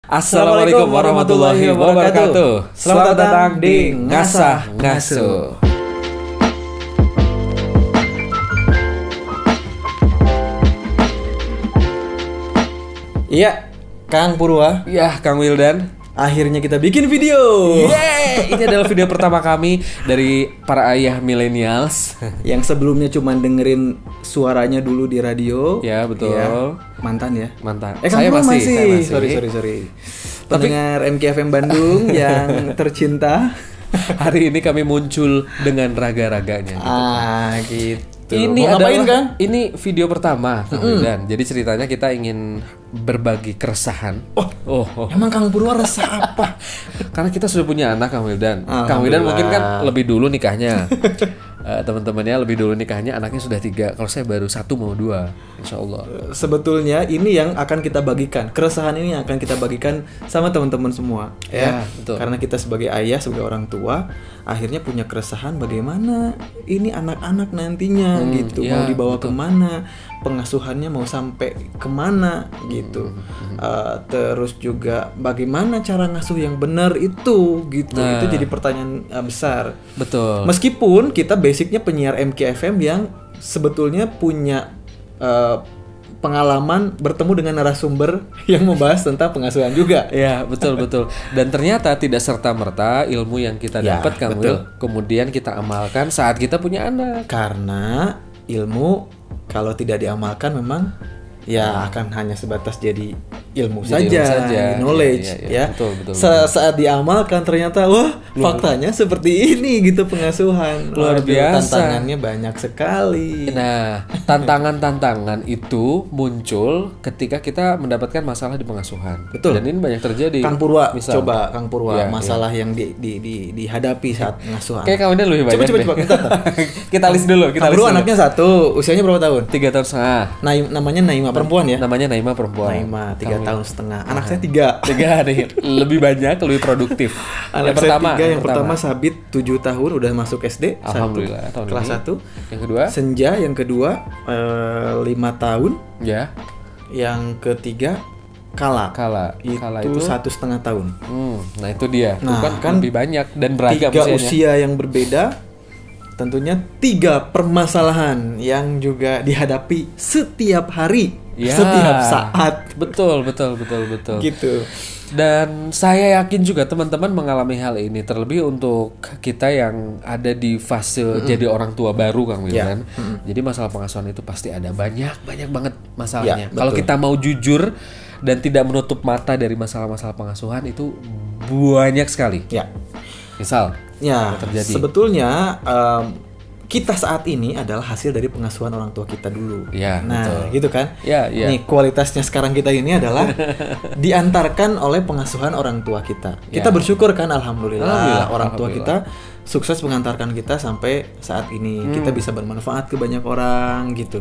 Assalamualaikum warahmatullahi wabarakatuh. Selamat datang di Ngasah Ngasuh. Iya, Kang Purwa. Ya, Kang Wildan. Akhirnya kita bikin video. Yeay, ini adalah video pertama kami dari para ayah millennials. Yang sebelumnya cuma dengerin suaranya dulu di radio. Ya, betul. Ya, mantan ya? Mantan. Saya Kamu masih. Sorry. Pendengar MKFM Bandung yang tercinta. Hari ini kami muncul dengan raga-raganya. Gitu. Ini mau ngapain, adalah Kang? Ini video pertama, Kang Wildan. Jadi ceritanya kita ingin berbagi keresahan. Oh. Emang Kang Purwa resah apa? Karena kita sudah punya anak, Kang Wildan. Kang Wildan mungkin kan lebih dulu nikahnya. Teman-temannya lebih dulu nikahnya, anaknya sudah 3. Kalau saya baru 1 mau 2, insya Allah. Sebetulnya ini yang akan kita bagikan. Keresahan ini yang akan kita bagikan sama teman-teman semua. Ya, betul. Karena kita sebagai ayah, sebagai orang tua, akhirnya punya keresahan bagaimana ini anak-anak nantinya gitu. Ya, mau dibawa betul. kemana, pengasuhannya mau sampai kemana gitu. Terus juga bagaimana cara ngasuh yang benar itu gitu. Nah. Itu jadi pertanyaan besar. Betul. Meskipun kita basicnya penyiar MKFM yang sebetulnya punya pengalaman bertemu dengan narasumber yang membahas tentang pengasuhan juga. Ya, betul. Dan ternyata tidak serta-merta ilmu yang kita Ya, dapat, Kang betul. Wil, kemudian kita amalkan saat kita punya anak. Karena ilmu kalau tidak diamalkan memang ya akan hanya sebatas jadi ilmu Jadi saja, ilmu saja. knowledge Iya. ya. Betul. Saat diamalkan ternyata faktanya seperti ini gitu pengasuhan. Luar Waduh, biasa. Tantangannya banyak sekali. Nah, tantangan-tantangan itu muncul ketika kita mendapatkan masalah di pengasuhan. Betul. Dan ini banyak terjadi. Kang Purwa, Misal. coba Kang Purwa Iya, masalah yang dihadapi saat ngasuh anak. Kayak kamu ini lebih banyak. Coba. Kita list dulu. Kang Purwa anaknya 1, usianya berapa tahun? 3 tahun setengah. Namanya Naima, perempuan ya? Namanya Naima, perempuan. Naima 3 tahun setengah. Anak saya 3. 3 nih, lebih banyak, lebih produktif. Anak saya 3, yang pertama Sabit 7 tahun udah masuk SD. Alhamdulillah, tahun kelas ini. 1. Yang kedua? Senja yang kedua 5 tahun. Ya. Yang ketiga Kala. Kala Itu itu 1,5 tahun. Nah itu dia. Itu Nah, kan lebih banyak dan beragam 3 usianya. usia yang berbeda. Tentunya 3 permasalahan yang juga dihadapi setiap hari, Ya. setiap saat. Betul. Gitu. Dan saya yakin juga teman-teman mengalami hal ini, terlebih untuk kita yang ada di fase jadi orang tua baru, Kang Wildan. Jadi masalah pengasuhan itu pasti ada banyak banget masalahnya. Ya, Kalau betul. kita mau jujur dan tidak menutup mata dari masalah-masalah pengasuhan itu banyak sekali. Ya. Misal, Ya, terjadi. sebetulnya kita saat ini adalah hasil dari pengasuhan orang tua kita dulu. Ya, nah, betul. gitu kan? Ya. Nih, kualitasnya sekarang kita ini adalah diantarkan oleh pengasuhan orang tua kita. Kita bersyukur kan, alhamdulillah orang tua kita sukses mengantarkan kita sampai saat ini. Kita bisa bermanfaat ke banyak orang gitu.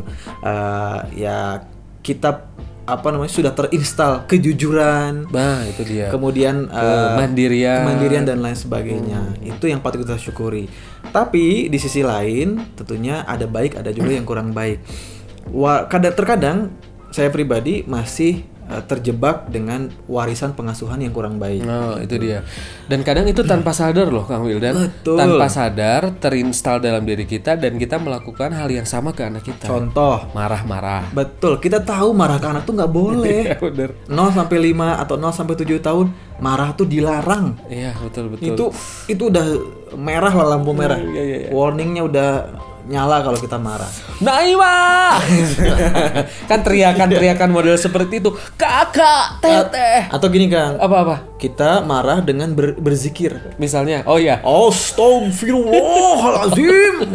Ya, kita sudah terinstal kejujuran. Bah, itu dia. Kemudian Kemandirian. dan lain sebagainya. Itu yang patut kita syukuri. Tapi di sisi lain tentunya ada baik, ada juga yang kurang baik. Terkadang saya pribadi masih terjebak dengan warisan pengasuhan yang kurang baik. Nah, itu dia. Dan kadang itu tanpa sadar loh, Kang Wildan. Betul. Tanpa sadar terinstal dalam diri kita dan kita melakukan hal yang sama ke anak kita. Contoh, Marah-marah. betul, kita tahu marah ke anak tuh nggak boleh. Iya, bener. 0 sampai 5 atau 0 sampai 7 tahun marah tuh dilarang. Iya, betul. Itu udah merah lah, lampu merah. Iya. Warningnya udah nyala kalau kita marah. Naima! Kan teriakan model seperti itu. Kakak, teteh. Atau gini, Kang. Apa? Kita marah dengan berzikir. Misalnya, oh iya. Astagfirullahaladzim.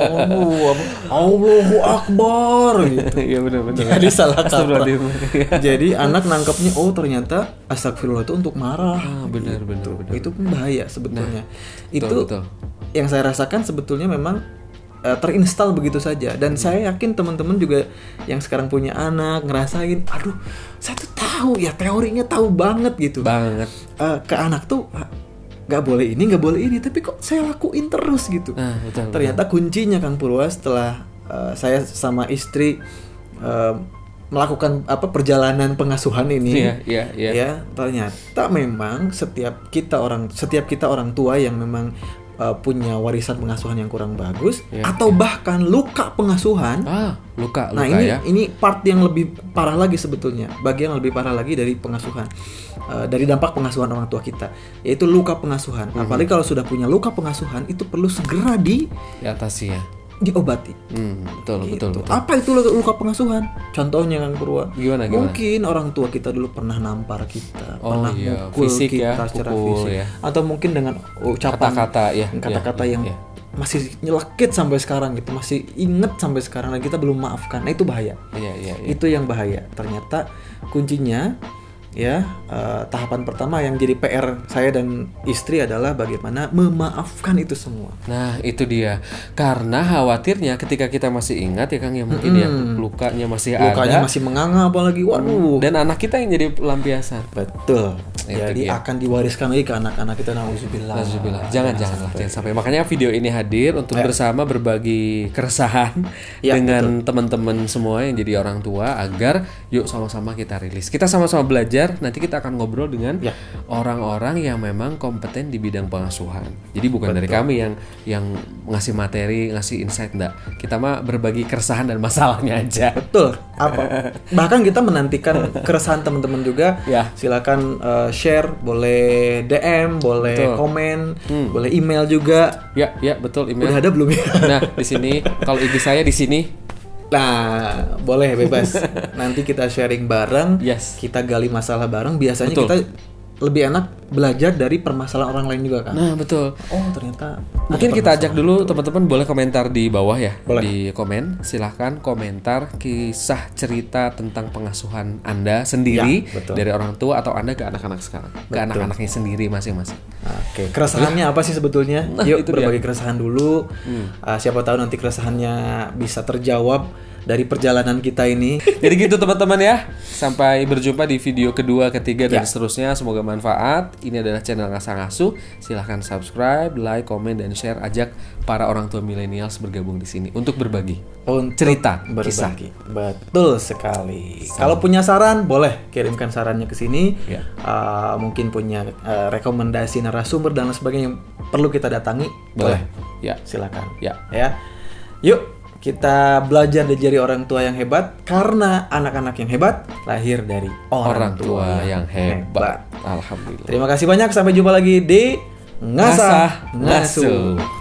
Allahu Akbar gitu. Iya benar. Jadi salah kaprah. Astagfirullahaladzim. Jadi anak nangkepnya ternyata astagfirullah itu untuk marah. Benar. Itu pun bahaya sebetulnya. betul. Yang saya rasakan sebetulnya memang terinstal begitu saja. Dan saya yakin teman-teman juga yang sekarang punya anak ngerasain, aduh, saya tuh tahu ya, teorinya tahu banget gitu. Banget. Ke anak tuh nggak boleh ini, tapi kok saya lakuin terus gitu. Betul. Ternyata kuncinya, Kang Purwa, setelah saya sama istri melakukan perjalanan pengasuhan ini, Iya. ya ternyata memang setiap kita orang tua yang memang punya warisan pengasuhan yang kurang bagus, atau bahkan luka pengasuhan. Luka Nah ini part yang lebih parah lagi sebetulnya, bagian yang lebih parah lagi dari pengasuhan, dari dampak pengasuhan orang tua kita, yaitu luka pengasuhan. Apalagi kalau sudah punya luka pengasuhan, itu perlu segera diatasi ya. Diobati. Betul. Apa itu luka pengasuhan? Contohnya Kang Purwa. Gimana? Mungkin orang tua kita dulu pernah nampar kita, pernah mukul fisik kita secara fisik, atau mungkin dengan ucapan kata-kata yang masih nyelekit sampai sekarang gitu, masih inget sampai sekarang dan kita belum maafkan. Nah itu bahaya. Itu yang bahaya. Ternyata kuncinya tahapan pertama yang jadi PR saya dan istri adalah bagaimana memaafkan itu semua. Nah itu dia, karena khawatirnya ketika kita masih ingat ya Kang, ya mungkin lukanya masih masih menganga apalagi, waduh, dan anak kita yang jadi pelampiasan. Betul. Jadi akan diwariskan lagi ke anak-anak kita. Nauzubillah. Jangan sampai. Makanya video ini hadir untuk bersama berbagi keresahan dengan teman-teman semua yang jadi orang tua, agar yuk sama-sama kita rilis, kita sama-sama belajar. Nanti kita akan ngobrol dengan orang-orang yang memang kompeten di bidang pengasuhan. Jadi bukan dari kami yang ngasih materi, ngasih insight, enggak. Kita mah berbagi keresahan dan masalahnya aja. Betul. Bahkan kita menantikan keresahan teman-teman juga. Silakan share, boleh DM, boleh komen, boleh email juga. Ya, betul, email. Udah ada belum ya? Nah, di sini kalau IG saya di sini. Nah, boleh bebas. Nanti kita sharing bareng, kita gali masalah bareng. Biasanya kita lebih enak belajar dari permasalahan orang lain juga kan. Nah, betul. Oh, ternyata. Mungkin kita ajak dulu teman-teman, boleh komentar di bawah ya. Boleh. Di komen, silahkan komentar kisah cerita tentang pengasuhan Anda sendiri dari orang tua, atau Anda ke anak-anak sekarang. Ke anak-anaknya sendiri masing-masing. Oke, keresahannya apa sih sebetulnya? Yuk berbagi keresahan dulu. Siapa tahu nanti keresahannya bisa terjawab dari perjalanan kita ini. Jadi gitu teman-teman ya. Sampai berjumpa di video kedua, ketiga, dan seterusnya. Semoga manfaat. Ini adalah channel Ngasah Ngasuh. Silahkan subscribe, like, komen, dan share. Ajak para orang tua millennials bergabung di sini untuk berbagi cerita, kisah. Betul sekali. Kalau punya saran, boleh kirimkan sarannya ke sini. Mungkin punya rekomendasi narasumber dan lain sebagainya yang perlu kita datangi, boleh. Silakan. Yuk. Kita belajar dari orang tua yang hebat, karena anak-anak yang hebat lahir dari orang tua yang hebat. Alhamdulillah. Terima kasih banyak, sampai jumpa lagi di Ngasah Ngasuh.